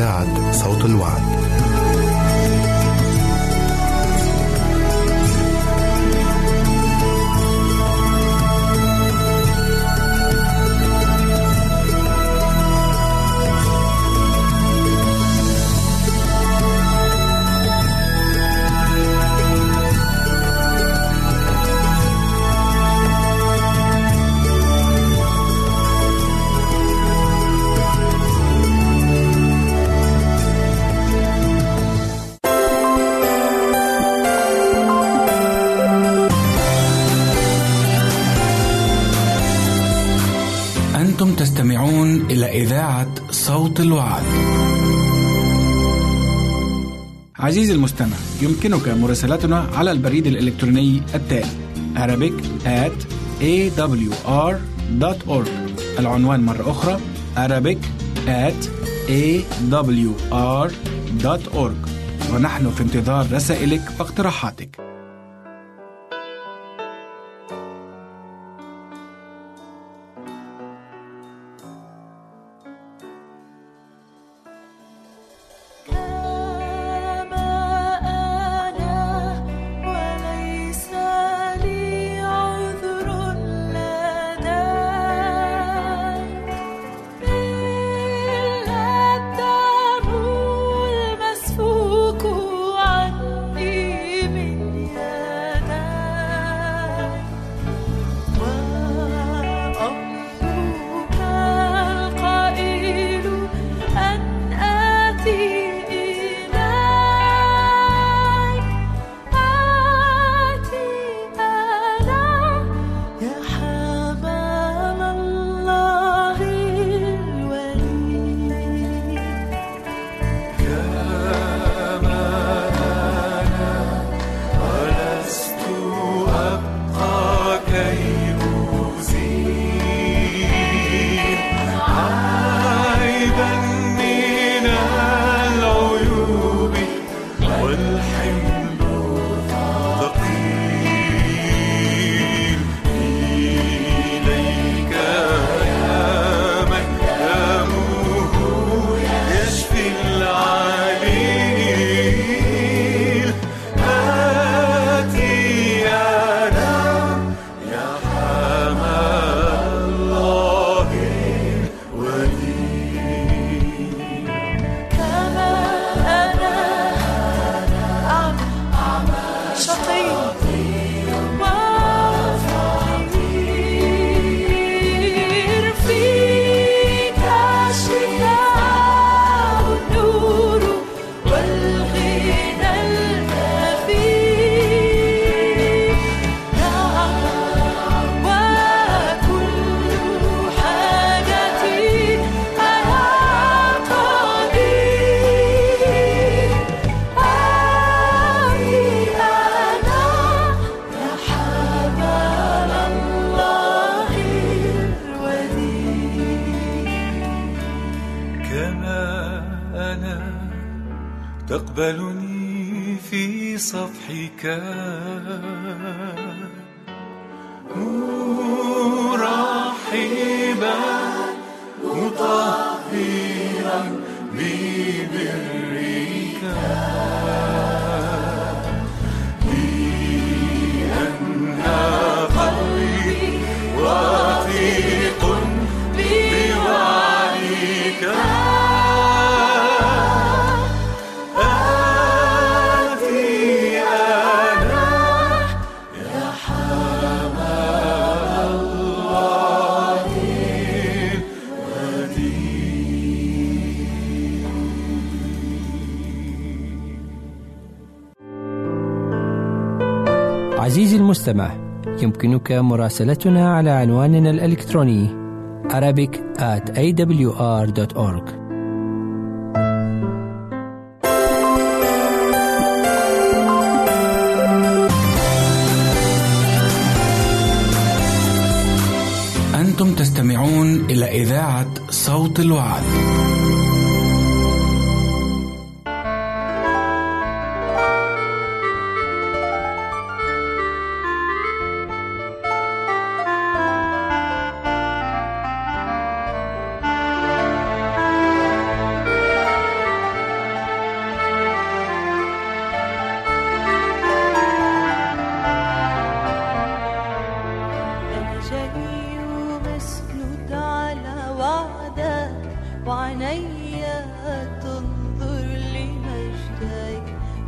إذاعة صوت الوعد. أنتم تستمعون إلى إذاعة صوت الوعد. عزيزي المستمع، يمكنك مراسلتنا على البريد الإلكتروني التالي arabic@awr.org. العنوان مرة أخرى arabic@awr.org، ونحن في انتظار رسائلك واقتراحاتك. تقبلني في صفحك مرحبا مطهرا ببرك، لأن قلبي واثق بوعدك. عزيزي المستمع، يمكنك مراسلتنا على عنواننا الإلكتروني arabic@awr.org. أنتم تستمعون إلى إذاعة صوت الوعد.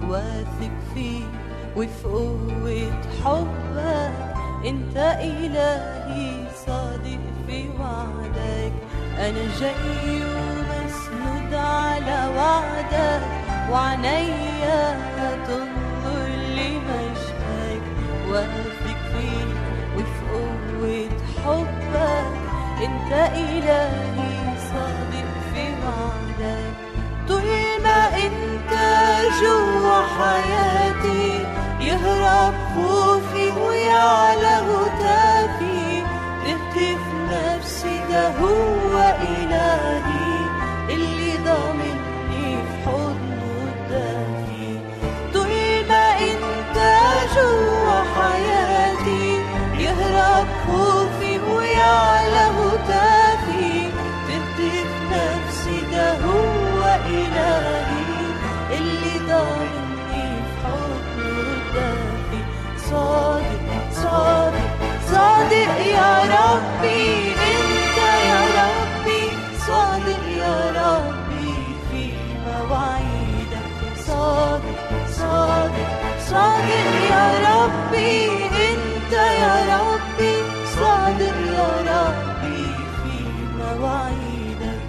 واثق فيك وفي قوة حبك، انت إلهي صادق في وعدك. أنا جاي ومسنود على وعدك، وعنيا تنظر لمجدك. واثق فيك وفي قوة حبك، انت إلهي صادق في وعدك. طول ما انت جوا حياتي يهرب خوفي ويعلى هتافي، تهتف نفسي ده هو إلهي اللي ضامني في حضنه الدافي. طول ما انت جوا حياتي يهرب خوفي ويعلى هتافي، تهتف نفسي ده هو إلهي اللي ضامني في حضنه الدافي. صادق صادق صادق يا ربي، انت يا ربي صادق يا ربي في مواعيدك. صادق صادق صادق يا ربي، انت يا ربي صادق يا ربي في مواعيدك.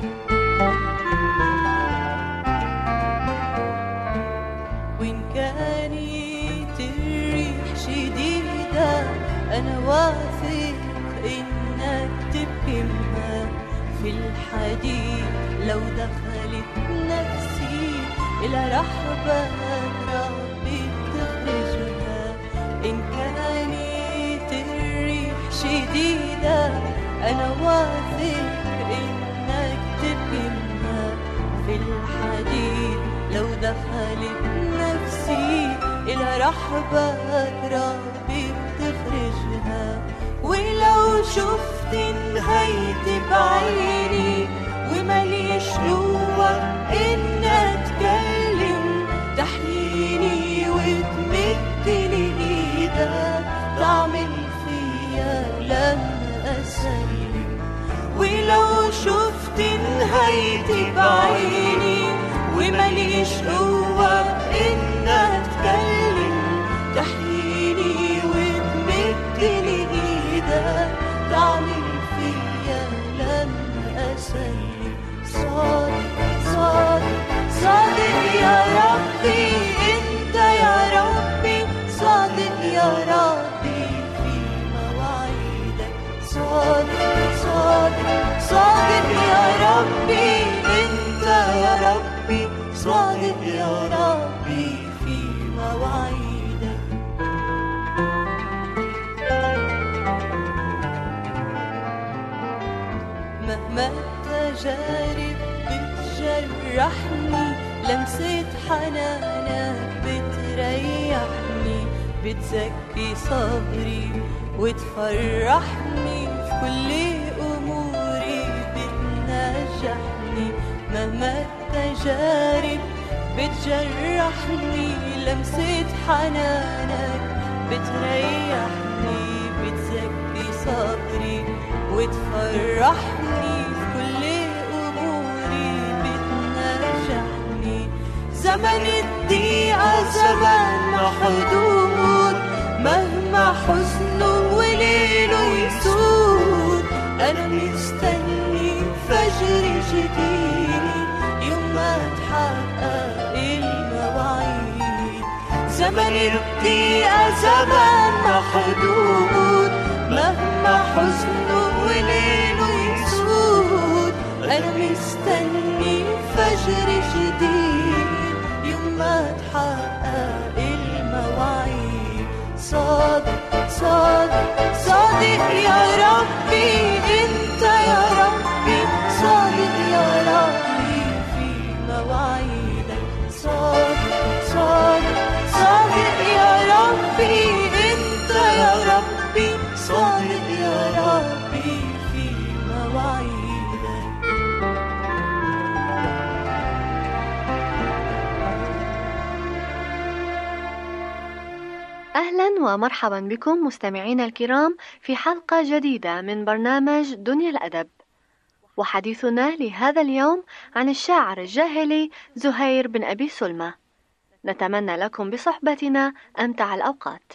وإن كانت الريح شديدة أنا واثق إنك تبكمها في الحديد. لو دخلت نفسي إلى رحبك ربي تخرجها. إن كانت الريح شديدة أنا واثق إنك تبكمها في الحديد. لو دخلت نفسي إلى رحبك ربي بتخرجها. ولو شفت نهايتي بعيني ومليش قوة إن أتكلم، تحييني وتمدلي إيدك تعمل فيا لما أسلم. ولو شفت نهايتي بعيني ومليش قوة إن أتكلم، تحييني وتمدلي إيدك تعمل فيا لما أسلم. صادق صادق صادق يا ربي، انت يا ربي صادق يا ربي في مواعيدك. صادق صادق صادق يا ربي، انت يا ربي صادق يا ربي في مواعيدك. مهما التجارب بتجرحني، لمسة حنانك بتريحني، بتزكي صبري وتفرحني، في كل أموري بتنجحني. مهما التجارب بتجرحني، لمسة حنانك بتريحني، بتزكي صبري وتفرحني، في كل أموري بتنجحني. زمن الضيقة زمن محدود، مهما حزنه وليله يسود، أنا مستني فجر جديد يوم ما تحقق المواعيد. زمن الضيقة زمن محدود، مهما حزنه وليله يسود، أنا مستني فجر جديد يوم ما تحقق المواعيد. صادق صادق صادق يا ربي، انت يا ربي صادق يا ربي في مواعيدك. صادق صادق صادق يا ربي، انت يا ربي صادق يا ربي في مواعيدك. أهلا ومرحبا بكم مستمعينا الكرام في حلقة جديدة من برنامج دنيا الأدب، وحديثنا لهذا اليوم عن الشاعر الجاهلي زهير بن أبي سلمى. نتمنى لكم بصحبتنا أمتع الأوقات.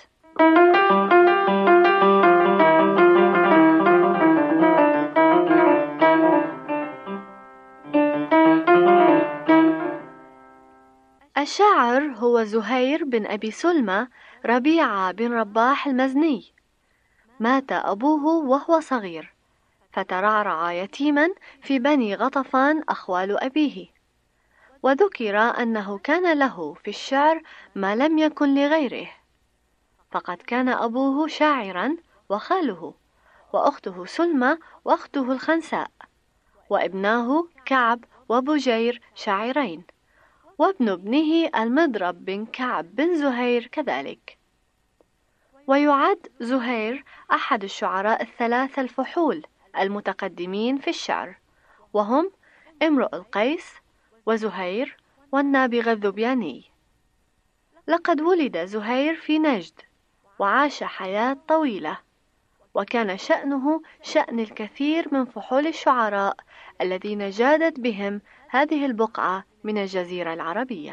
الشاعر هو زهير بن أبي سلمى ربيعة بن رباح المزني. مات أبوه وهو صغير، فترعرع يتيما في بني غطفان أخوال أبيه. وذكر أنه كان له في الشعر ما لم يكن لغيره، فقد كان أبوه شاعرا وخاله وأخته سلمى وأخته الخنساء، وابناه كعب وبجير شاعرين، وابن ابنه المضرب بن كعب بن زهير كذلك. ويعد زهير أحد الشعراء الثلاثة الفحول المتقدمين في الشعر، وهم امرؤ القيس وزهير والنابغة الذبياني. لقد ولد زهير في نجد وعاش حياة طويلة، وكان شأنه شأن الكثير من فحول الشعراء الذين جادت بهم هذه البقعة من الجزيرة العربية.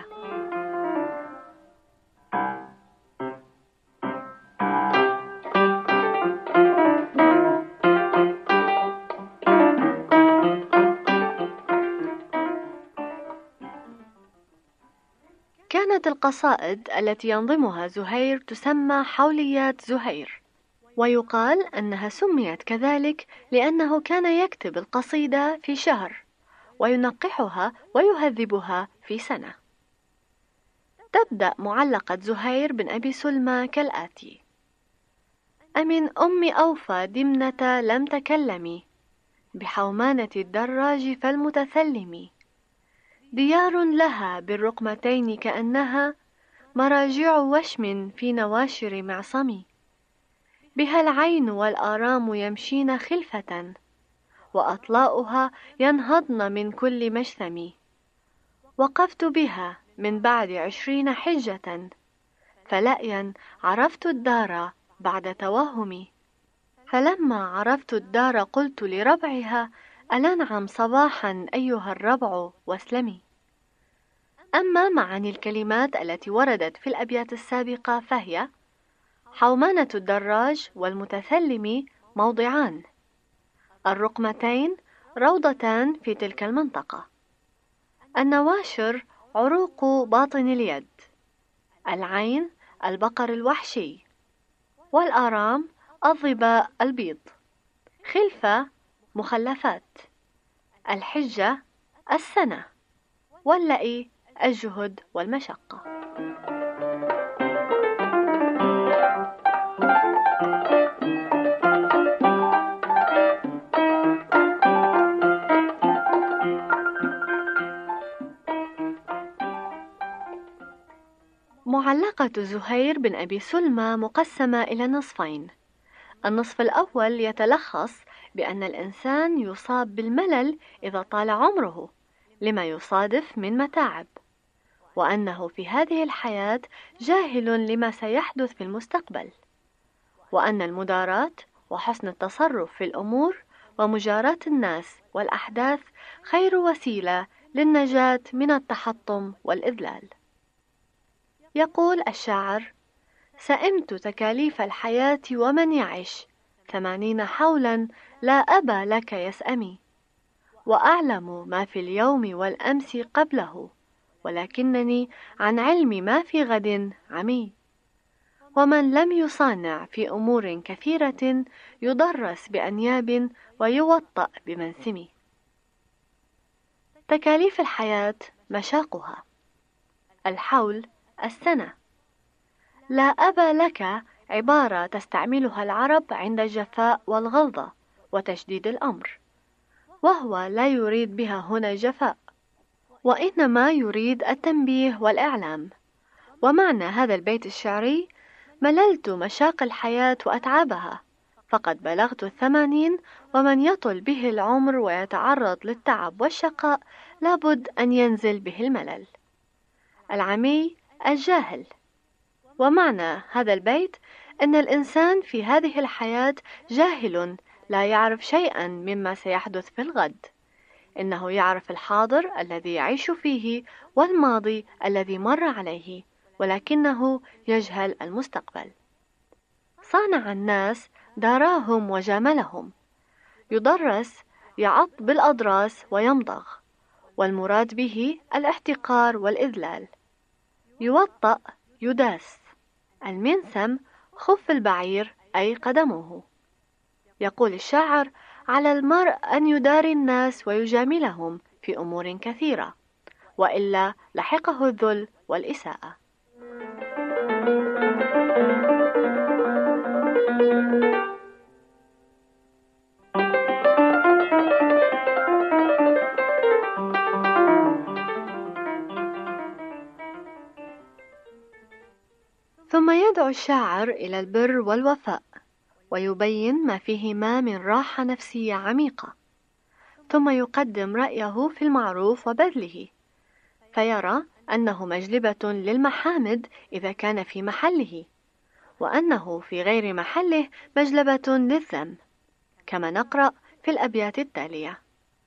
كانت القصائد التي ينظمها زهير تسمى حوليات زهير، ويقال أنها سميت كذلك لأنه كان يكتب القصيدة في شهر وينقحها ويهذبها في سنة. تبدأ معلقة زهير بن أبي سلمى كالآتي: أمن أم أوفى دمنة لم تكلمي، بحومانة الدراج فالمتثلم، ديار لها بالرقمتين كأنها مراجع وشم في نواشر معصم، بها العين والآرام يمشين خلفة، وأطلاؤها ينهضن من كل مجثم، وقفت بها من بعد 20 حجة، فلأيا عرفت الدار بعد توهمي، فلما عرفت الدار قلت لربعها ألنعم صباحا أيها الربع واسلمي. أما معاني الكلمات التي وردت في الأبيات السابقة فهي: حومانة الدراج والمتثلم موضعان، الرقمتين روضتان في تلك المنطقة، النواشر عروق باطن اليد، العين البقر الوحشي، والآرام الظباء البيض، خلفة مخلفات، الحجة السنة، واللئي الجهد والمشقة. معلقة زهير بن أبي سلمى مقسمة إلى نصفين. النصف الأول يتلخص بأن الإنسان يصاب بالملل إذا طال عمره لما يصادف من متاعب، وأنه في هذه الحياة جاهل لما سيحدث في المستقبل، وأن المداراة وحسن التصرف في الأمور ومجاراة الناس والأحداث خير وسيلة للنجاة من التحطم والإذلال. يقول الشاعر: سئمت تكاليف الحياة ومن يعش 80 حولا لا أبا لك يسأمي، وأعلم ما في اليوم والأمس قبله، ولكنني عن علم ما في غد عمي، ومن لم يصانع في أمور كثيرة يضرس بأنياب ويوطأ بمنسم. تكاليف الحياة مشاقها: الحول السنة. لا أبا لك عبارة تستعملها العرب عند الجفاء والغلظة وتشديد الأمر، وهو لا يريد بها هنا الجفاء، وإنما يريد التنبيه والإعلام. ومعنى هذا البيت الشعري: مللت مشاق الحياة وأتعابها، فقد بلغت 80، ومن يطل به العمر ويتعرض للتعب والشقاء لابد أن ينزل به الملل. العمي الجاهل. ومعنى هذا البيت أن الإنسان في هذه الحياة جاهل لا يعرف شيئا مما سيحدث في الغد، إنه يعرف الحاضر الذي يعيش فيه والماضي الذي مر عليه، ولكنه يجهل المستقبل. صانع الناس داراهم وجاملهم، يضرس يعض بالأضراس ويمضغ، والمراد به الاحتقار والإذلال. يوطأ يداس، المنسم خف البعير أي قدمه. يقول الشاعر: على المرء أن يداري الناس ويجاملهم في أمور كثيرة، وإلا لحقه الذل والإساءة. ثم يدعو الشاعر إلى البر والوفاء، ويبين ما فيهما من راحة نفسية عميقة، ثم يقدم رأيه في المعروف وبذله، فيرى أنه مجلبة للمحامد إذا كان في محله، وأنه في غير محله مجلبة للذم، كما نقرأ في الأبيات التالية: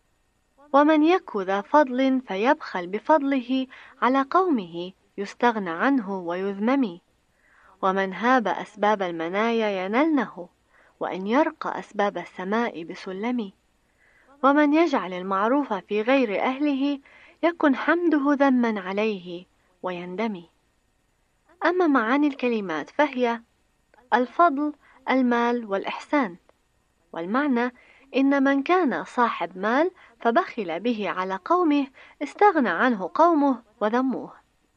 ومن يك ذا فضل فيبخل بفضله على قومه يستغنى عنه ويذمم، ومن هاب أسباب المنايا ينلنه، وإن يرقى أسباب السماء بسلم، ومن يجعل المعروف في غير أهله يكن حمده ذما عليه ويندم. أما معاني الكلمات فهي: الفضل المال والإحسان، والمعنى إن من كان صاحب مال فبخل به على قومه استغنى عنه قومه وذموه.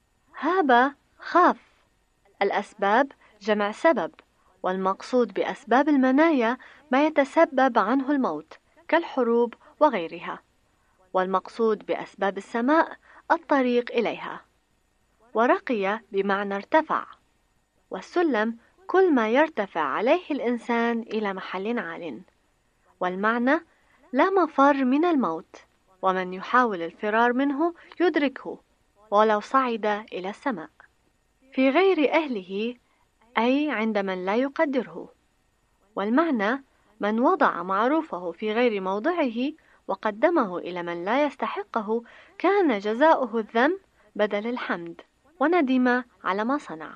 هاب خاف، الأسباب جمع سبب، والمقصود بأسباب المنايا ما يتسبب عنه الموت كالحروب وغيرها، والمقصود بأسباب السماء الطريق إليها. ورقي بمعنى ارتفع، والسلم كل ما يرتفع عليه الإنسان إلى محل عال، والمعنى لا مفر من الموت، ومن يحاول الفرار منه يدركه ولو صعد إلى السماء. في غير أهله أي عند من لا يقدره، والمعنى من وضع معروفه في غير موضعه وقدمه إلى من لا يستحقه كان جزاؤه الذم بدل الحمد، وندم على ما صنع.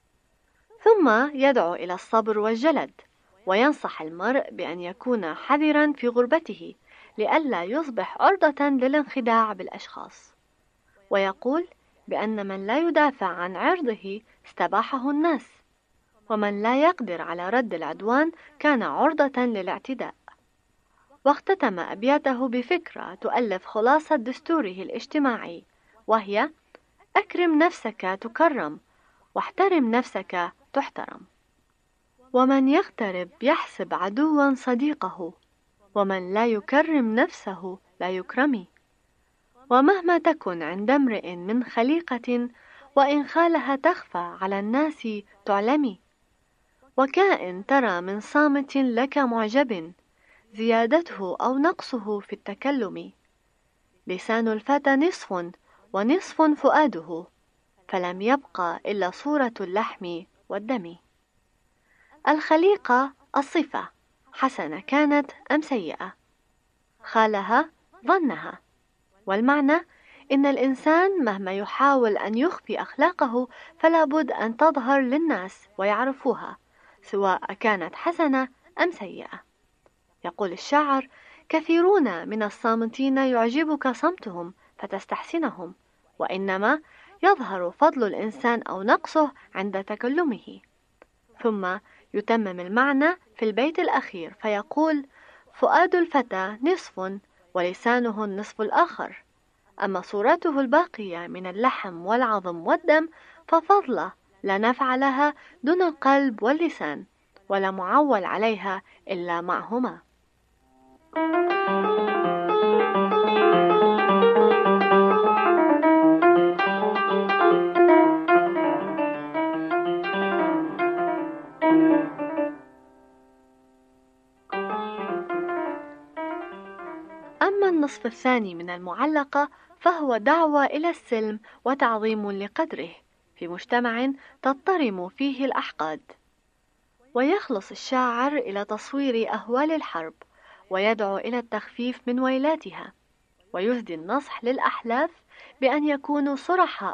ثم يدعو إلى الصبر والجلد، وينصح المرء بأن يكون حذرا في غربته لئلا يصبح عرضة للانخداع بالأشخاص، ويقول بأن من لا يدافع عن عرضه استباحه الناس، ومن لا يقدر على رد العدوان كان عرضة للاعتداء. واختتم أبياته بفكرة تؤلف خلاصة دستوره الاجتماعي، وهي: أكرم نفسك تكرم، واحترم نفسك تحترم. ومن يغترب يحسب عدوا صديقه، ومن لا يكرم نفسه لا يكرم. ومهما تكن عند امرئ من خليقة، وإن خالها تخفى على الناس تعلمي. وكائن ترى من صامت لك معجب، زيادته أو نقصه في التكلم. لسان الفتى نصف ونصف فؤاده، فلم يبقى إلا صورة اللحم والدم. الخليقة الصفة حسنة كانت أم سيئة، خالها ظنها، والمعنى إن الإنسان مهما يحاول أن يخفي أخلاقه فلا بد أن تظهر للناس ويعرفوها، سواء كانت حسنة أم سيئة. يقول الشاعر: كثيرون من الصامتين يعجبك صمتهم فتستحسنهم، وإنما يظهر فضل الإنسان أو نقصه عند تكلمه. ثم يتمم المعنى في البيت الأخير فيقول: فؤاد الفتى نصف ولسانه النصف الآخر، أما صورته الباقية من اللحم والعظم والدم ففضلة لا نفع لها دون القلب واللسان، ولا معول عليها إلا معهما. أما النصف الثاني من المعلقة فهو دعوة إلى السلم وتعظيم لقدره في مجتمع تضطرم فيه الأحقاد. ويخلص الشاعر إلى تصوير أهوال الحرب، ويدعو إلى التخفيف من ويلاتها، ويهدي النصح للأحلاف بأن يكونوا صرحاء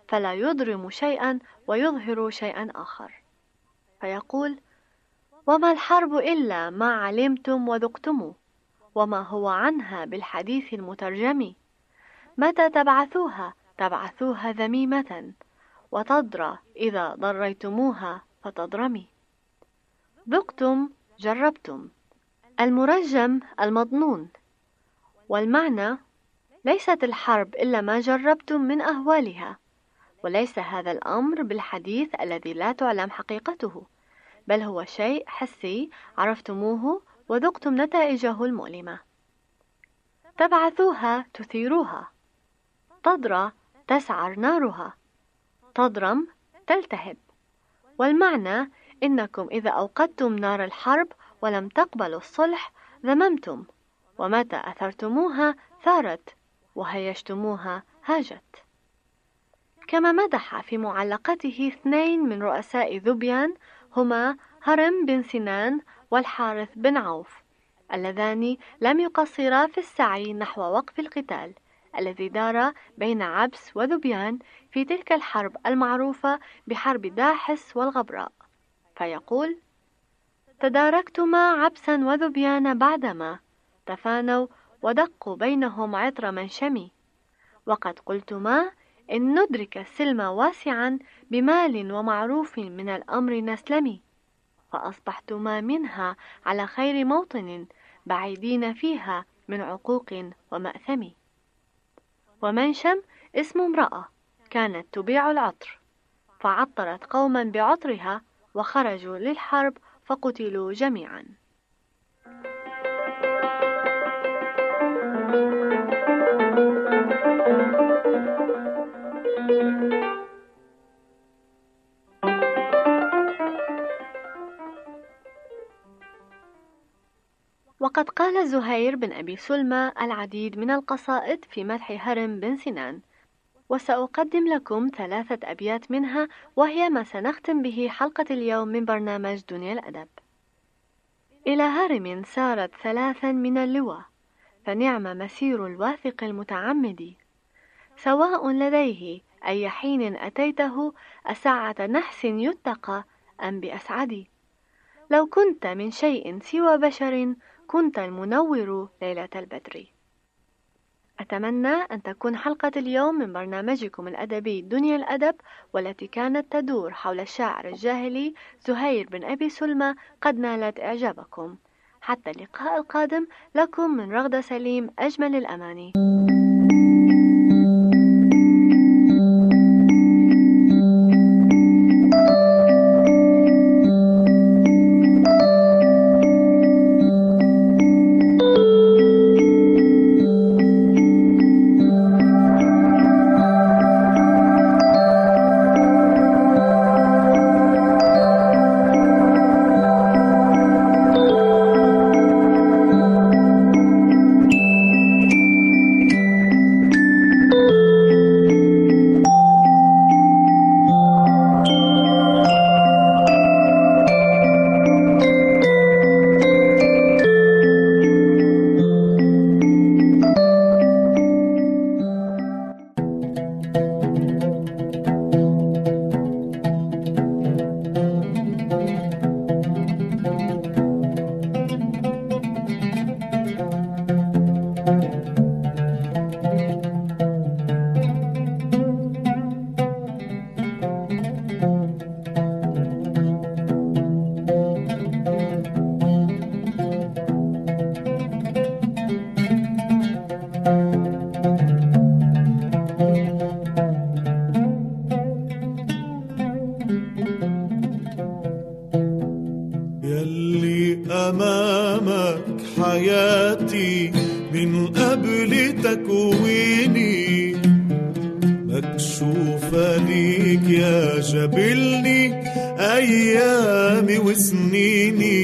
فلا يضرم شيئا ويظهر شيئا آخر. فيقول: وما الحرب إلا ما علمتم وذقتم، وما هو عنها بالحديث المترجم. متى تبعثوها تبعثوها ذميمة، وتضرى إذا ضريتموها فتضرمي. ذقتم جربتم، المرجم المضنون، والمعنى: ليست الحرب إلا ما جربتم من أهوالها، وليس هذا الأمر بالحديث الذي لا تعلم حقيقته، بل هو شيء حسي عرفتموه وذقتم نتائجه المؤلمة. تبعثوها تثيروها، تضرى تسعر نارها، تضرم تلتهب. والمعنى: إنكم إذا أوقدتم نار الحرب ولم تقبلوا الصلح ذممتم، ومتى أثرتموها ثارت، وهيجتموها هاجت. كما مدح في معلقته 2 من رؤساء ذبيان هما هرم بن سنان والحارث بن عوف، اللذان لم يقصرا في السعي نحو وقف القتال الذي دار بين عبس وذبيان في تلك الحرب المعروفة بحرب داحس والغبراء. فيقول: تداركتما عبسا وذبيان بعدما تفانوا ودقوا بينهم عطر منشمي، وقد قلتما إن ندرك السلم واسعا بمال ومعروف من الأمر نسلمي، فأصبحتما منها على خير موطن بعيدين فيها من عقوق ومأثم. ومنشم اسم امرأة كانت تبيع العطر، فعطرت قوما بعطرها وخرجوا للحرب فقتلوا جميعا. وقد قال زهير بن أبي سلمى العديد من القصائد في مدح هرم بن سنان، وسأقدم لكم 3 أبيات منها، وهي ما سنختم به حلقة اليوم من برنامج دنيا الأدب. إلى هرم سارت 3 من اللوى، فنعم مسير الواثق المتعمد، سواء لديه أي حين أتيته أسعة نحس يتقى أم بأسعد. لو كنت من شيء سوى بشر كنت المنور ليلة البدر. أتمنى أن تكون حلقة اليوم من برنامجكم الأدبي دنيا الأدب، والتي كانت تدور حول الشاعر الجاهلي زهير بن أبي سلمى، قد نالت إعجابكم. حتى اللقاء القادم، لكم من رغدة سليم أجمل الأماني. أمامك حياتي من قبل تكويني، مكشوفة ليك يا جبلني أيامي وسنيني.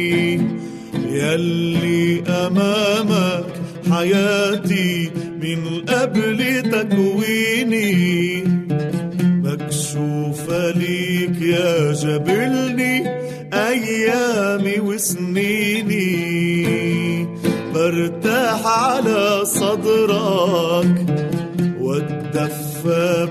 يلي أمامك حياتي من قبل تكويني، مكشوفة ليك يا جبلني أيامي وسنيني. برتاح على صدرك واتدفى والدفى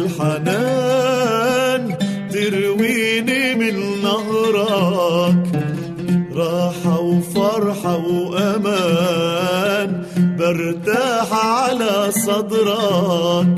بالحنان ترويني من نهرك، راحة وفرحة وأمان برتاح على صدرك.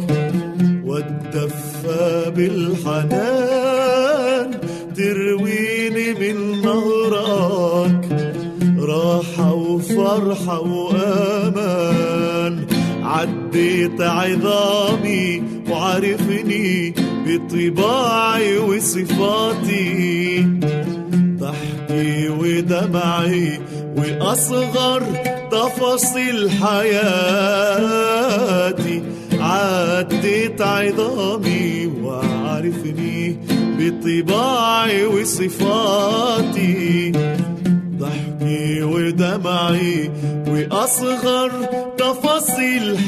والدفى بالحنان ترويني من نهرك، راحة وفرحة وأمان. عديت عظامي وعرفني بطباعي وصفاتي، ضحكي ودمعي وأصغر تفاصيل حياتي. عديت عظامي وعرفني بطباعي وصفاتي، ضحكي ودمعي وأصغر تفاصيل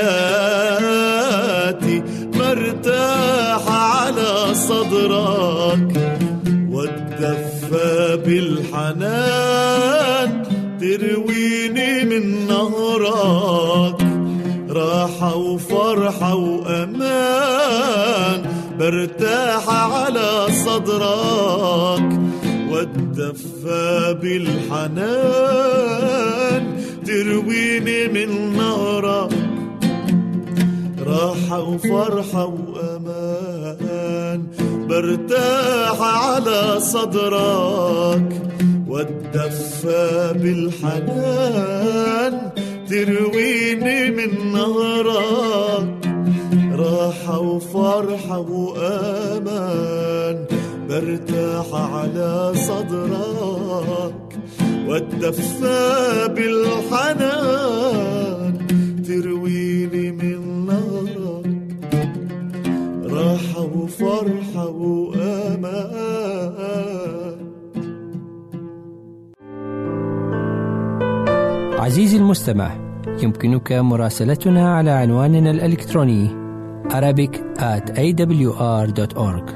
حياتي. مرتاح على صدرك، والدفى بالحنان ترويني من نهرك، راحة وفرحة وأمان برتاح على صدرك. والدفى بالحنان ترويني من نهرك، راحة وفرحة وأمان برتاح على صدرك. والدفى بالحنان ترويني من نهرك، راحة وفرحة وأمان برتاح على صدرك. والدفى بالحنان ترويني من نهرك، راحة وفرحة وأمان. عزيزي المستمع، يمكنك مراسلتنا على عنواننا الإلكتروني arabic@awr.org.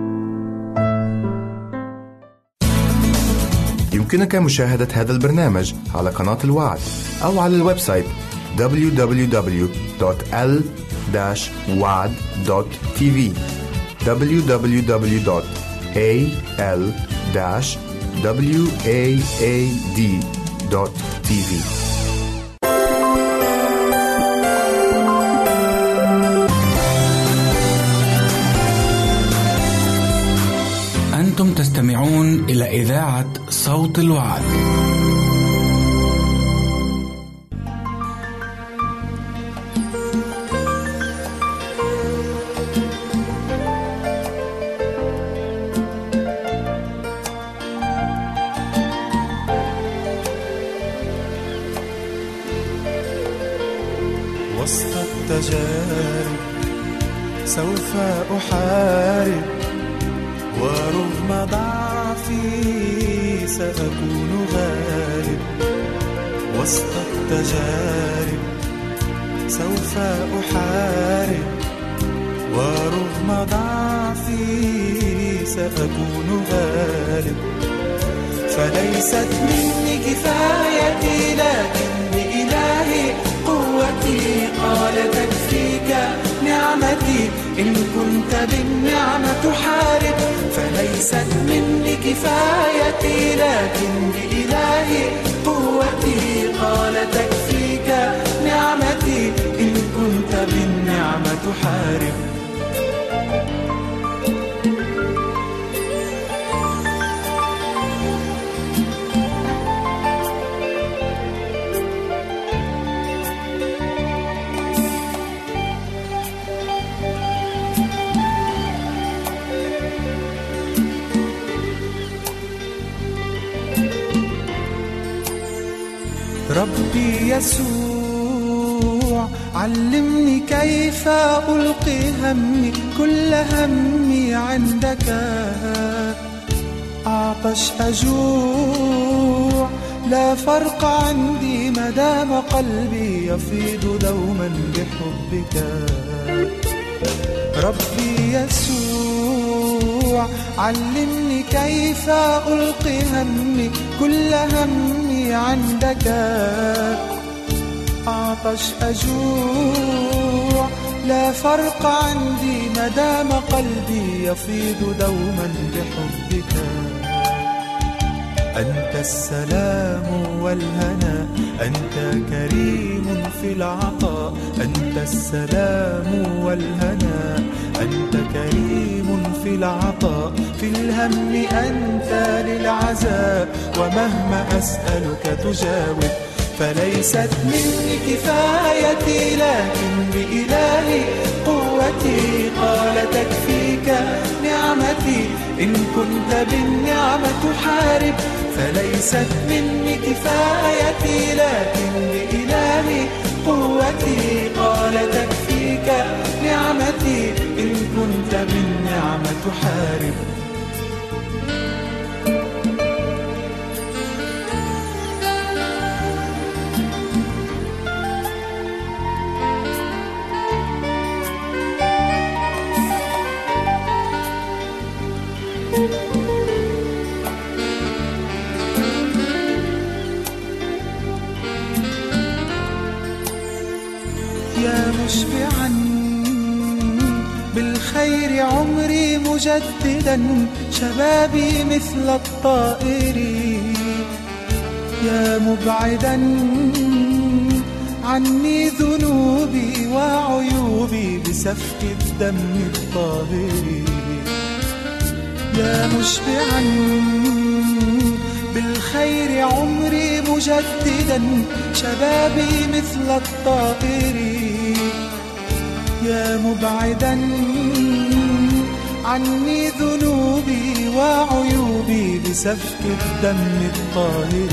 يمكنك مشاهدة هذا البرنامج على قناة الوعد أو على الويب سايت www.al-wad.tv www.al-waad.tv. أنتم تستمعون إلى إذاعة صوت الوعد. وسط التجارب سوف أحارب، ورغم ضعفي سأكون غالب. وسط التجارب سوف أحارب، ورغم ضعفي سأكون غالب. فليست مني كفايتي لكن بإلهي قوتي، قال تكفيك نعمتي إن كنت بالنعمة تحارب. فليست مني كفايتي لكن بإلهي قوتي، قال تكفيك نعمتي إن كنت بالنعمة تحارب. ربي يسوع علمني كيف ألقي همي، كل همي عندك. أعطش أجوع لا فرق عندي ما دام قلبي يفيض دوما بحبك. ربي يسوع علمني كيف ألقي همي، كل همي عندك. أعطش أجوع لا فرق عندي مدام قلبي يفيض دوما بحبك. أنت السلام والهنا، أنت كريم في العطاء. أنت السلام والهنا، أنت كريم في العطاء. في الهم أنت للعزاء، ومهما أسألك تجاوب. فليست مني كفايتي، لكن بإلهي قوتي. قال تكفيك نعمتي، إن كنت بالنعمة تحارب. فليست مني كفايتي، لكن بإلهي قوتي. قال تكفيك نعمتي، إن كنت بالنعمة تحارب. يا مشبعا بالخير عمري مجددا، شبابي مثل الطائر. يا مبعدا عني ذنوبي وعيوبي بسفك الدم الطاهر. يا مشبعا بالخير عمري مجددا، شبابي مثل الطائر. يا مبعدا عني ذنوبي وعيوبي بسفك الدم الطاهر.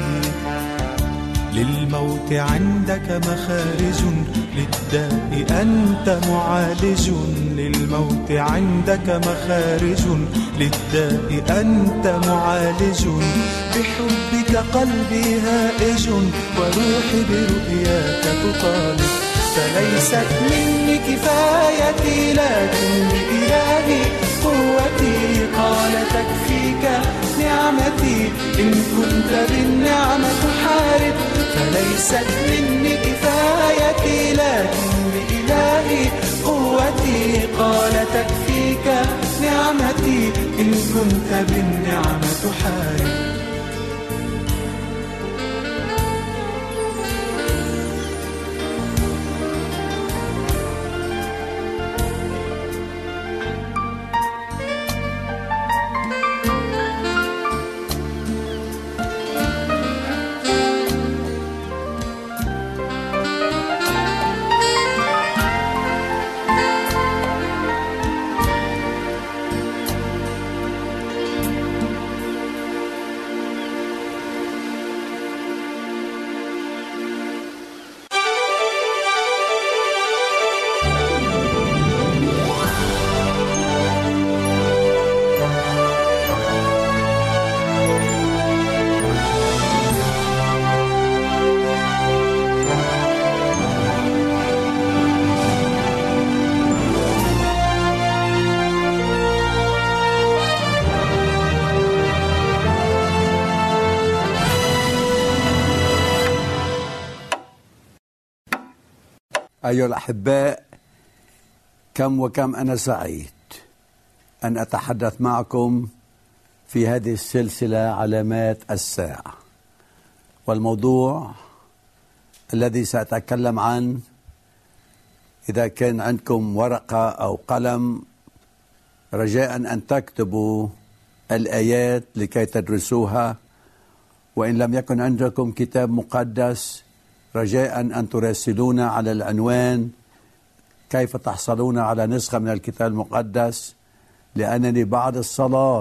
للموت عندك مخارج، للداء أنت معالج. للموت عندك مخارج، للداء أنت معالج. بحبك قلبي هائج، وروحي برؤياك تطالب. فليست مني كفايتي، لكن بإلهي قوتي. قال تكفيك نعمتي، إن كنت بالنعمة تحارب. فليست مني كفايتي، لكن بإلهي قوتي. قال تكفيك نعمتي، إن كنت بالنعمة تحارب. أيها الأحباء، كم وكم أنا سعيد أن أتحدث معكم في هذه السلسلة علامات الساعة. والموضوع الذي سأتكلم عنه، إذا كان عندكم ورقة أو قلم، رجاء أن تكتبوا الآيات لكي تدرسوها. وإن لم يكن عندكم كتاب مقدس، رجاء أن تراسلونا على العنوان كيف تحصلون على نسخة من الكتاب المقدس، لأنني بعد الصلاة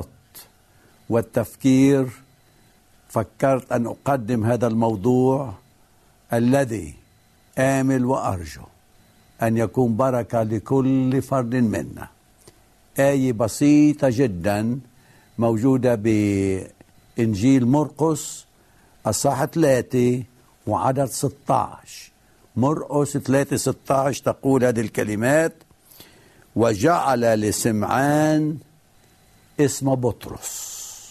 والتفكير فكرت أن أقدم هذا الموضوع الذي آمل وأرجو أن يكون بركة لكل فرد منا. آية بسيطة جدا موجودة بإنجيل مرقس الصحة 3 وعدد 16. مرقس 3:16 تقول هذه الكلمات: وجعل لسمعان اسم بطرس.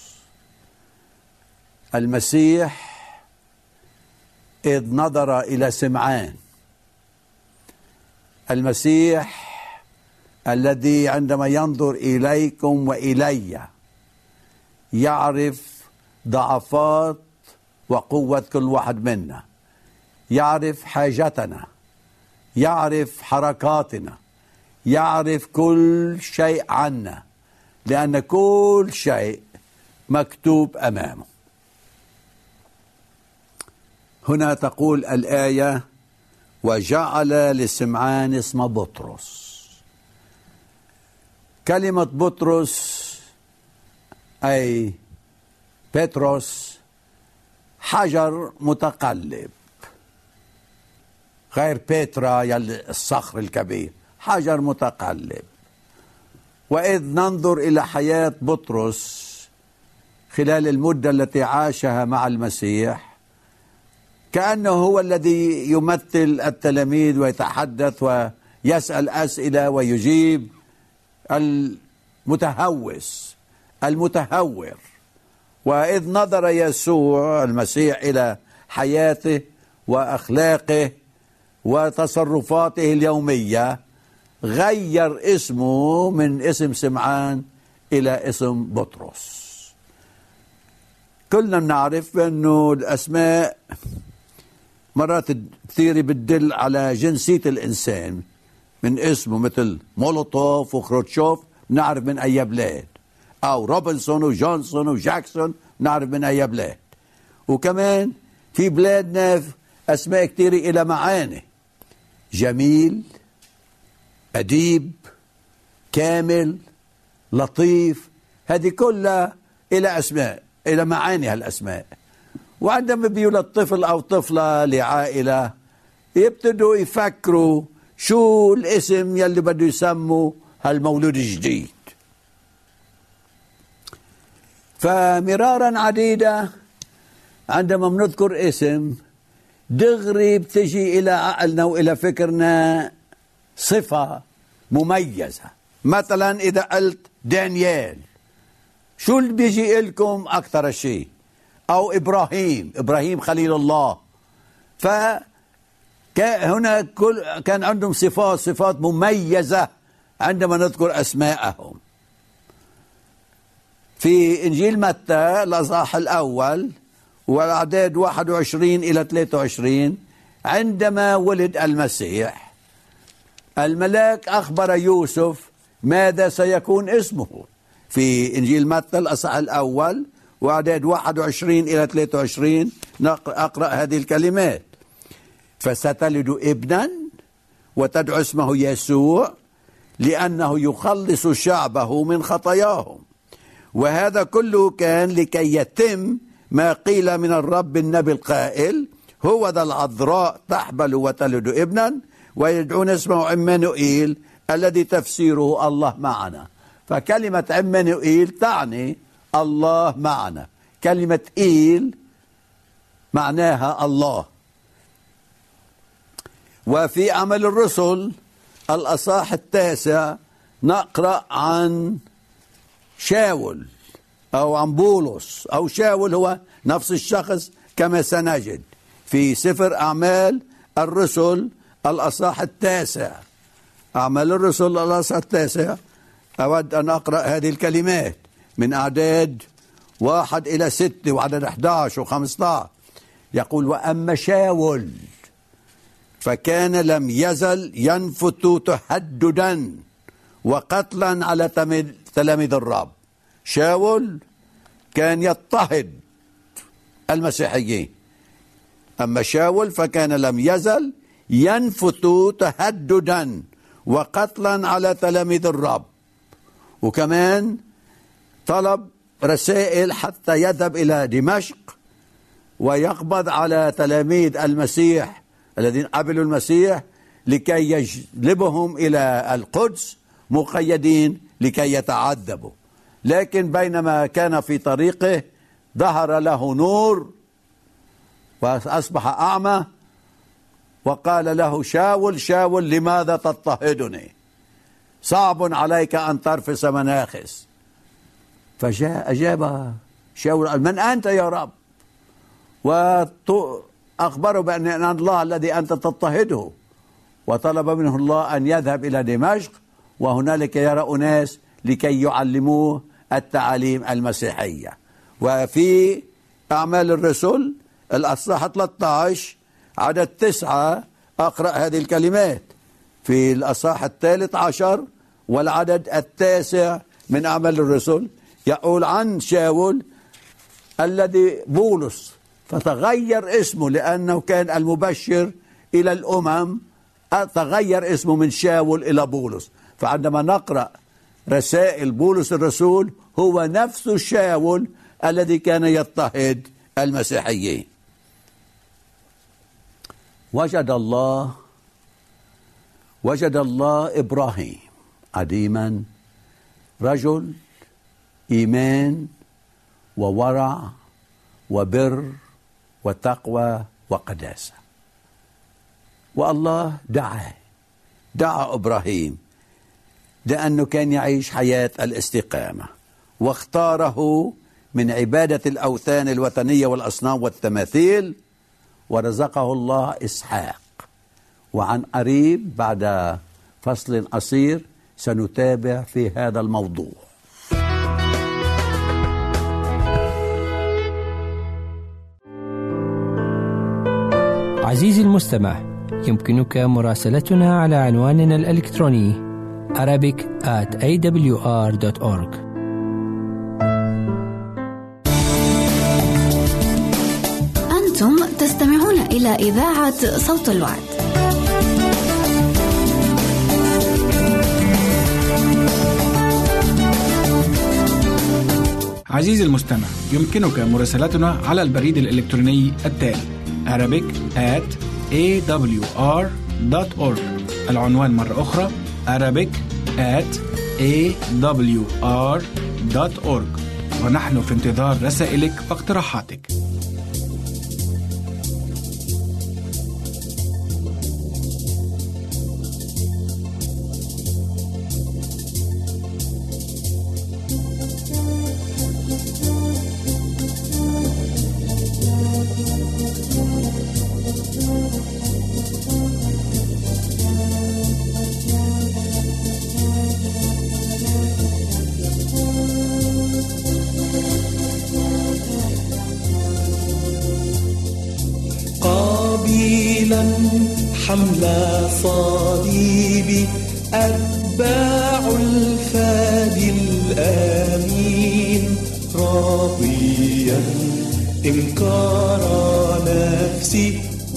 المسيح إذ نظر إلى سمعان المسيح الذي عندما ينظر إليكم وإلي يعرف ضعفات وقوة كل واحد منا، يعرف حاجتنا، يعرف حركاتنا، يعرف كل شيء عنا، لأن كل شيء مكتوب أمامه. هنا تقول الآية: وجعل لسمعان اسم بطرس. كلمة بطرس أي بطرس حجر متقلب، غير بيترا يلي الصخر الكبير، حجر متقلب. وإذ ننظر إلى حياة بطرس خلال المدة التي عاشها مع المسيح، كأنه هو الذي يمثل التلاميذ ويتحدث ويسأل أسئلة ويجيب، المتهوس المتهور. وإذ نظر يسوع المسيح إلى حياته وأخلاقه وتصرفاته اليومية، غير اسمه من اسم سمعان إلى اسم بطرس. كلنا بنعرف أنه الأسماء مرات كثيرة بتدل على جنسية الإنسان، من اسمه مثل مولوتوف وخروتشوف نعرف من أي بلاد، أو روبنسون وجونسون وجاكسون نعرف من أي بلاد. وكمان في بلادنا أسماء كثيرة إلى معاني: جميل، أديب، كامل، لطيف، هذه كلها إلى أسماء، إلى معاني هالأسماء. وعندما بيولد طفل أو طفلة لعائلة يبتدوا يفكروا شو الاسم يلي بده يسموا هالمولود الجديد. فمرارا عديدة عندما بنذكر اسم دغري بتجي إلى عقلنا وإلى فكرنا صفة مميزة. مثلا إذا قلت دانيال، شو اللي بيجي لكم أكثر شيء؟ أو إبراهيم خليل الله. فهنا كان عندهم صفات مميزة عندما نذكر أسماءهم. في إنجيل متى الأصحاح الأول والأعداد 21 إلى 23، عندما ولد المسيح الملاك أخبر يوسف ماذا سيكون اسمه. في إنجيل متى الأصحاح الأول وأعداد 21 إلى 23 أقرأ هذه الكلمات: فستلد ابنا وتدعو اسمه يسوع لأنه يخلص شعبه من خطاياهم. وهذا كله كان لكي يتم ما قيل من الرب النبي القائل: هو ذا العذراء تحبل وتلد ابنا ويدعون اسمه عمانوئيل، الذي تفسيره الله معنا. فكلمة عمانوئيل تعني الله معنا، كلمة إيل معناها الله. وفي عمل الرسل الأصحاح 9 نقرأ عن شاول أو عن بولس، أو شاول هو نفس الشخص كما سنجد في سفر أعمال الرسل الأصحاح 9. أعمال الرسل الأصحاح 9 أود أن أقرأ هذه الكلمات من أعداد 1 إلى 6 وعدد 11 و15. يقول: وأما شاول فكان لم يزل ينفت تهددا وقتلا على تلاميذ الرب. شاول كان يضطهد المسيحيين. أما شاول فكان لم يزل ينفت تهددا وقتلا على تلاميذ الرب. وكمان طلب رسائل حتى يذهب إلى دمشق ويقبض على تلاميذ المسيح الذين قبلوا المسيح لكي يجلبهم إلى القدس مقيدين لكي يتعذبوا. لكن بينما كان في طريقه ظهر له نور وأصبح أعمى، وقال له: شاول شاول لماذا تضطهدني؟ صعب عليك أن ترفس مناخس. فجاء أجاب شاول: قال: من أنت يا رب؟ وأخبره بأن الله الذي أنت تضطهده. وطلب منه الله أن يذهب إلى دمشق، وهنالك يرى أناس لكي يعلموه التعاليم المسيحية. وفي أعمال الرسل الأصحاح 13 عدد 9 أقرأ هذه الكلمات في الأصحاح 13 والعدد 9 من أعمال الرسل، يقول عن شاول الذي بولس، فتغير اسمه لأنه كان المبشر إلى الأمم، تغير اسمه من شاول إلى بولس. فعندما نقرأ رسائل بولس الرسول هو نفس شاول الذي كان يضطهد المسيحيين. وجد الله إبراهيم قديما رجل إيمان وورع وبر وتقوى وقداسة، والله دعا إبراهيم لأنه كان يعيش حياة الاستقامة، واختاره من عبادة الأوثان الوثنية والأصنام والتماثيل، ورزقه الله إسحاق. وعن قريب بعد فصل قصير سنتابع في هذا الموضوع. عزيزي المستمع، يمكنك مراسلتنا على عنواننا الإلكتروني arabic@awr.org. أنتم تستمعون إلى إذاعة صوت الوعد. عزيزي المستمع، يمكنك مراسلتنا على البريد الإلكتروني التالي arabic@awr.org. العنوان مرة أخرى arabic@awr.org. ونحن في انتظار رسائلك واقتراحاتك. حمل صليب أتباع الفادي الآمين، راضيا إنكار نفسي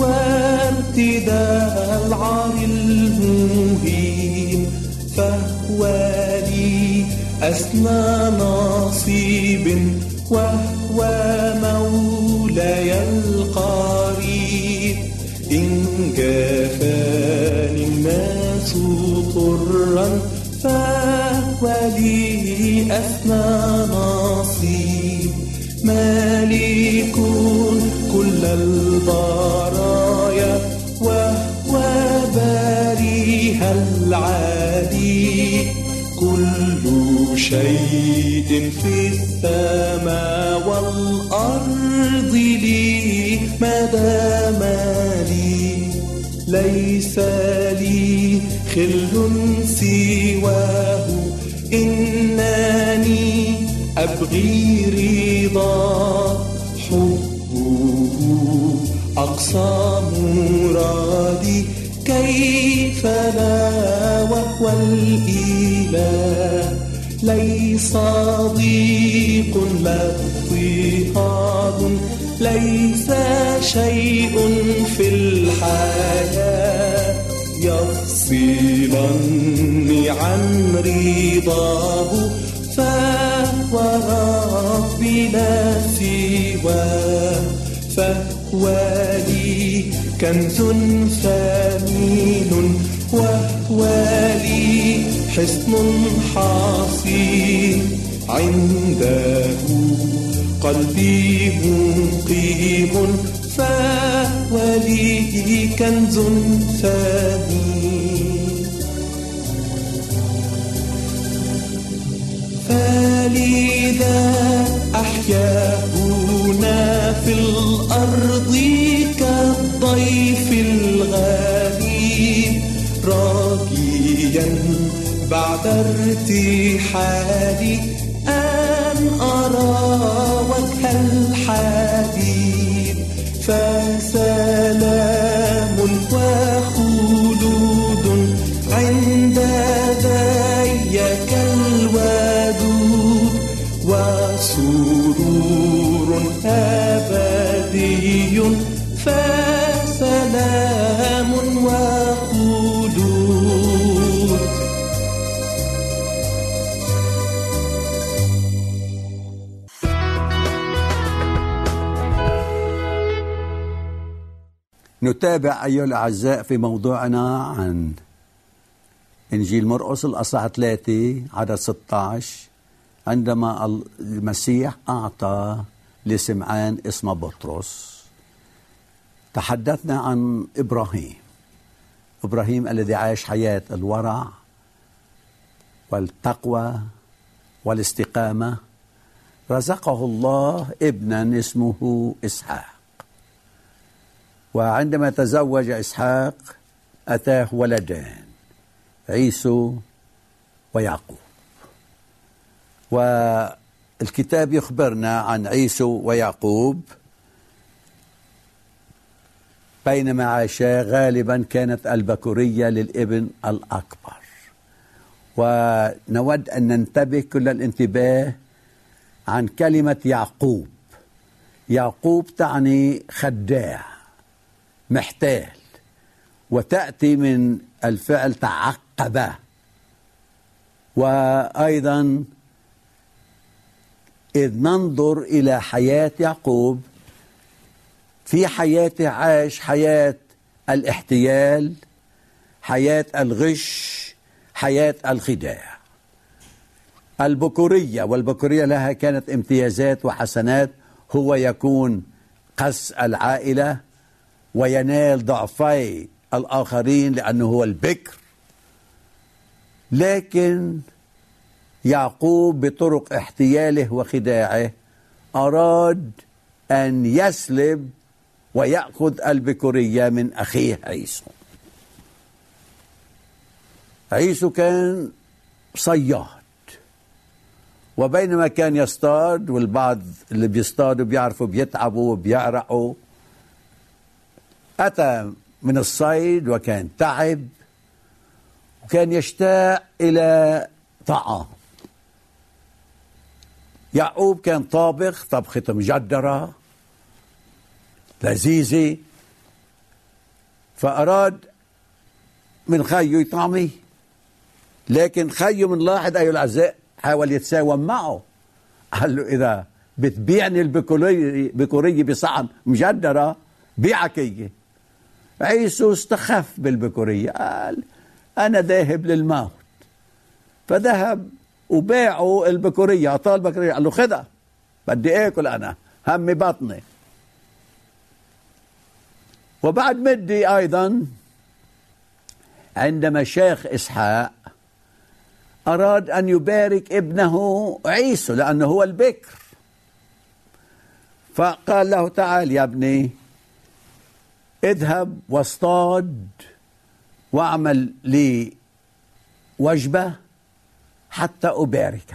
وارتداء العار المهين، فهو لي أسنى نصيب وهو مولاي القريب. إن جافاني الناس طرا فهو لي أسنى نصيب، مالك كل البرايا وهو باريها العلي. كل شيء في السماء والأرض لي ما دام لي، ليس لي خل سواه. إنني أبغي رضاه، حبه أقصى مرادي، كيف لا وهو الإله. ليس ضيق لا اضطهاد، ليس شيء في الحياة يفصلني عن رضاه، فهو ربي لا سواه. فهو لي كنز ثمين وهو لي حصن حصين، عنده قلبي مقيم، فهو لي كنز ثمين. فلذا أحيا هنا في الأرض كالضيف الغريب، بعد ارتحالي أن أرى وجه الحبيب، فسلام وخلود عند ذيك الودود، وسرور أبدي، فسلام وخلود. نتابع أيها الأعزاء في موضوعنا عن إنجيل مرقس الأصحاح 3 عدد 16، عندما المسيح أعطى لسمعان اسم بطرس. تحدثنا عن إبراهيم الذي عاش حياة الورع والتقوى والاستقامة، رزقه الله ابنا اسمه إسحاق، وعندما تزوج إسحاق أتاه ولدان، عيسو ويعقوب. والكتاب يخبرنا عن عيسو ويعقوب بينما عاشا غالبا كانت البكورية للابن الأكبر. ونود أن ننتبه كل الانتباه عن كلمة يعقوب. يعقوب تعني خداع، محتال، وتأتي من الفعل تعقب. وأيضا إذ ننظر إلى حياة يعقوب، في حياته عاش حياة الاحتيال، حياة الغش، حياة الخداع. البكورية، والبكورية لها كانت امتيازات وحسنات، هو يكون قس العائلة وينال ضعفي الآخرين لأنه هو البكر. لكن يعقوب بطرق احتياله وخداعه أراد أن يسلب ويأخذ البكورية من أخيه عيسو. عيسو كان صياد، وبينما كان يصطاد، والبعض اللي بيصطادوا بيعرفوا بيتعبوا وبيعرقوا، أتى من الصيد وكان تعب وكان يشتاق إلى طعام. يعقوب كان طابخ طبخة مجدرة لذيذة، فأراد من خيه يطعمه، لكن خيه من لاحظ أيها الأعزاء حاول يتساوم معه، قال له إذا بتبيعني البكورية بصحن مجدرة بيعك هي. عيسو استخف بالبكورية، قال أنا ذاهب للموت، فذهب وباعوا البكورية، أعطاه البكورية، قال له خذها بدي آكل، أنا همي بطني. وبعد مدي أيضا عندما شاخ إسحاق أراد أن يبارك ابنه عيسو لأنه هو البكر، فقال له تعال يا ابني اذهب واصطاد واعمل لي وجبة حتى أباركك.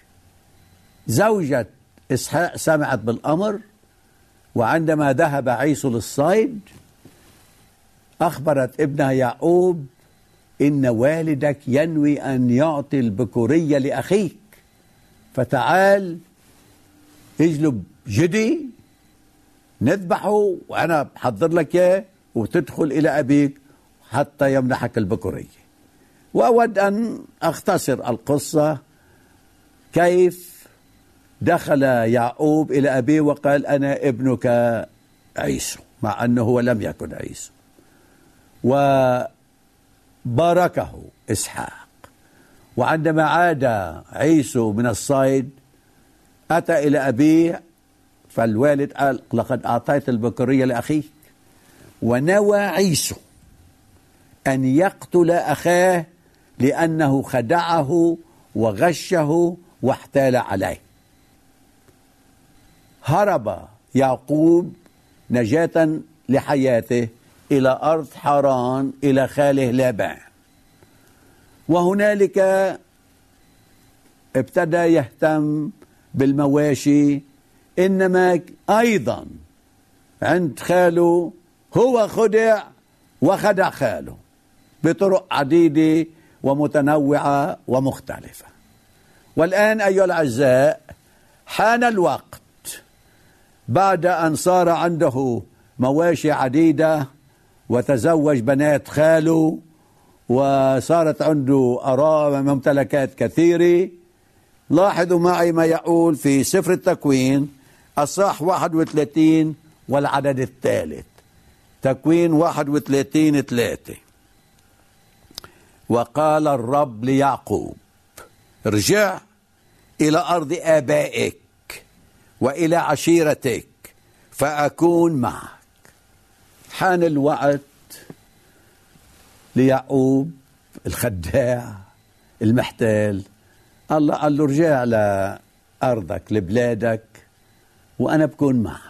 زوجة إسحاق سمعت بالأمر، وعندما ذهب عيسو للصيد أخبرت ابنها يعقوب إن والدك ينوي أن يعطي البكورية لأخيك، فتعال اجلب جدي نذبحه وأنا بحضر لك إياه وتدخل إلى أبيك حتى يمنحك البكورية. وأود أن أختصر القصة كيف دخل يعقوب إلى أبيه وقال أنا ابنك عيسو، مع أنه هو لم يكن عيسو، وباركه إسحاق. وعندما عاد عيسو من الصيد أتى إلى أبيه، فالوالد قال لقد أعطيت البكورية لأخيك. ونوى عيسو أن يقتل أخاه لأنه خدعه وغشه واحتال عليه. هرب يعقوب نجاة لحياته إلى أرض حران إلى خاله لابان، وهنالك ابتدى يهتم بالمواشي، إنما أيضا عند خاله هو خدع وخدع خاله بطرق عديدة ومتنوعة ومختلفة. والآن أيها الأعزاء حان الوقت بعد أن صار عنده مواشي عديدة وتزوج بنات خاله وصارت عنده أراء وممتلكات كثيرة. لاحظوا معي ما يقول في سفر التكوين أصحاح 31 والعدد الثالث. تكوين 31:3. وقال الرب ليعقوب ارجع إلى أرض آبائك وإلى عشيرتك فأكون معك. حان الوقت ليعقوب الخداع المحتال. الله قال له ارجع لأرضك لبلادك وأنا بكون معك.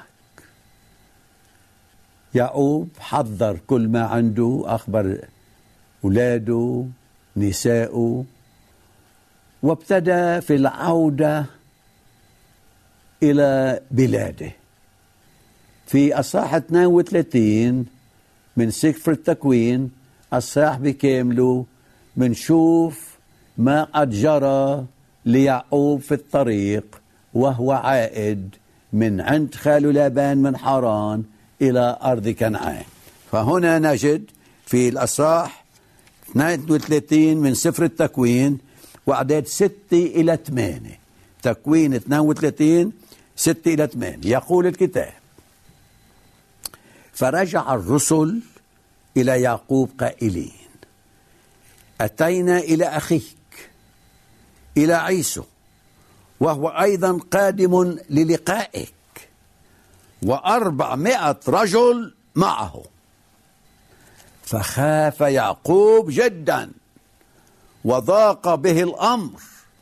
يعقوب حضر كل ما عنده، أخبر أولاده نساءه، وابتدى في العودة إلى بلاده. في أصحاح 32 من سفر التكوين، الصحاح بكامله منشوف ما قد جرى ليعقوب في الطريق وهو عائد من عند خاله لابان من حران إلى أرض كنعان. فهنا نجد في الأصحاح 32 من سفر التكوين وأعداد 6-8. تكوين 32 6-8 يقول الكتاب: فرجع الرسل إلى يعقوب قائلين: أتينا إلى أخيك إلى عيسو وهو أيضا قادم للقائك 400 رجل معه. فخاف يعقوب جدا وضاق به الأمر،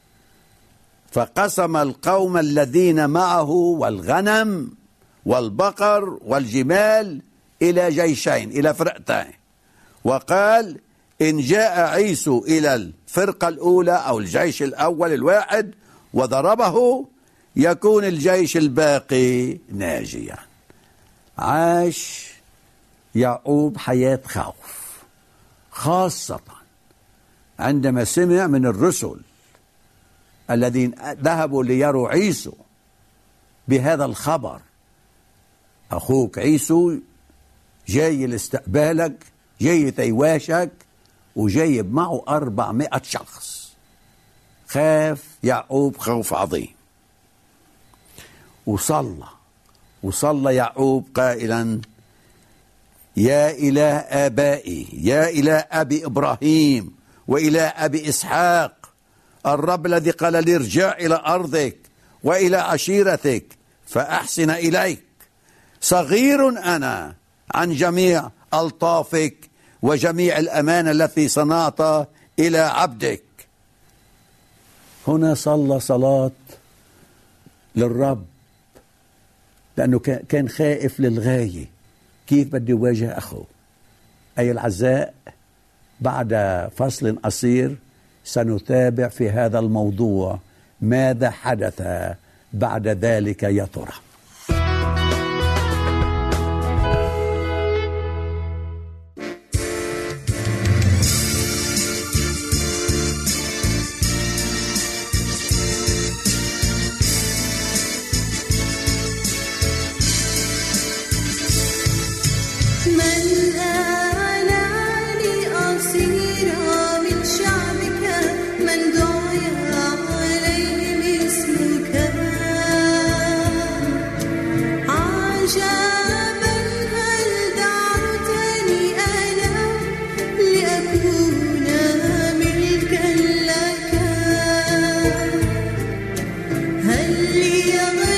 فقسم القوم الذين معه والغنم والبقر والجمال إلى جيشين، إلى فرقتين، وقال: إن جاء عيسو إلى الفرقة الأولى أو الجيش الأول الواحد وضربه يكون الجيش الباقي ناجيا. عاش يعقوب حياة خوف، خاصة عندما سمع من الرسل الذين ذهبوا ليروا عيسو بهذا الخبر: أخوك عيسو جاي لاستقبالك، جاي تيواشك، وجايب معه 400 شخص. خاف يعقوب خوف عظيم، وصلى يعقوب قائلا: يا إله آبائي، يا إله أبي إبراهيم وإله أبي إسحاق، الرب الذي قال لي ارجع إلى أرضك وإلى عشيرتك فأحسن إليك، صغير أنا عن جميع ألطافك وجميع الأمانة التي صنعت إلى عبدك. هنا صلى صلاة للرب لأنه كان خائف للغاية، كيف بده يواجه أخوه. أي الأعزاء، بعد فصل قصير سنتابع في هذا الموضوع ماذا حدث بعد ذلك يا ترى. هل لي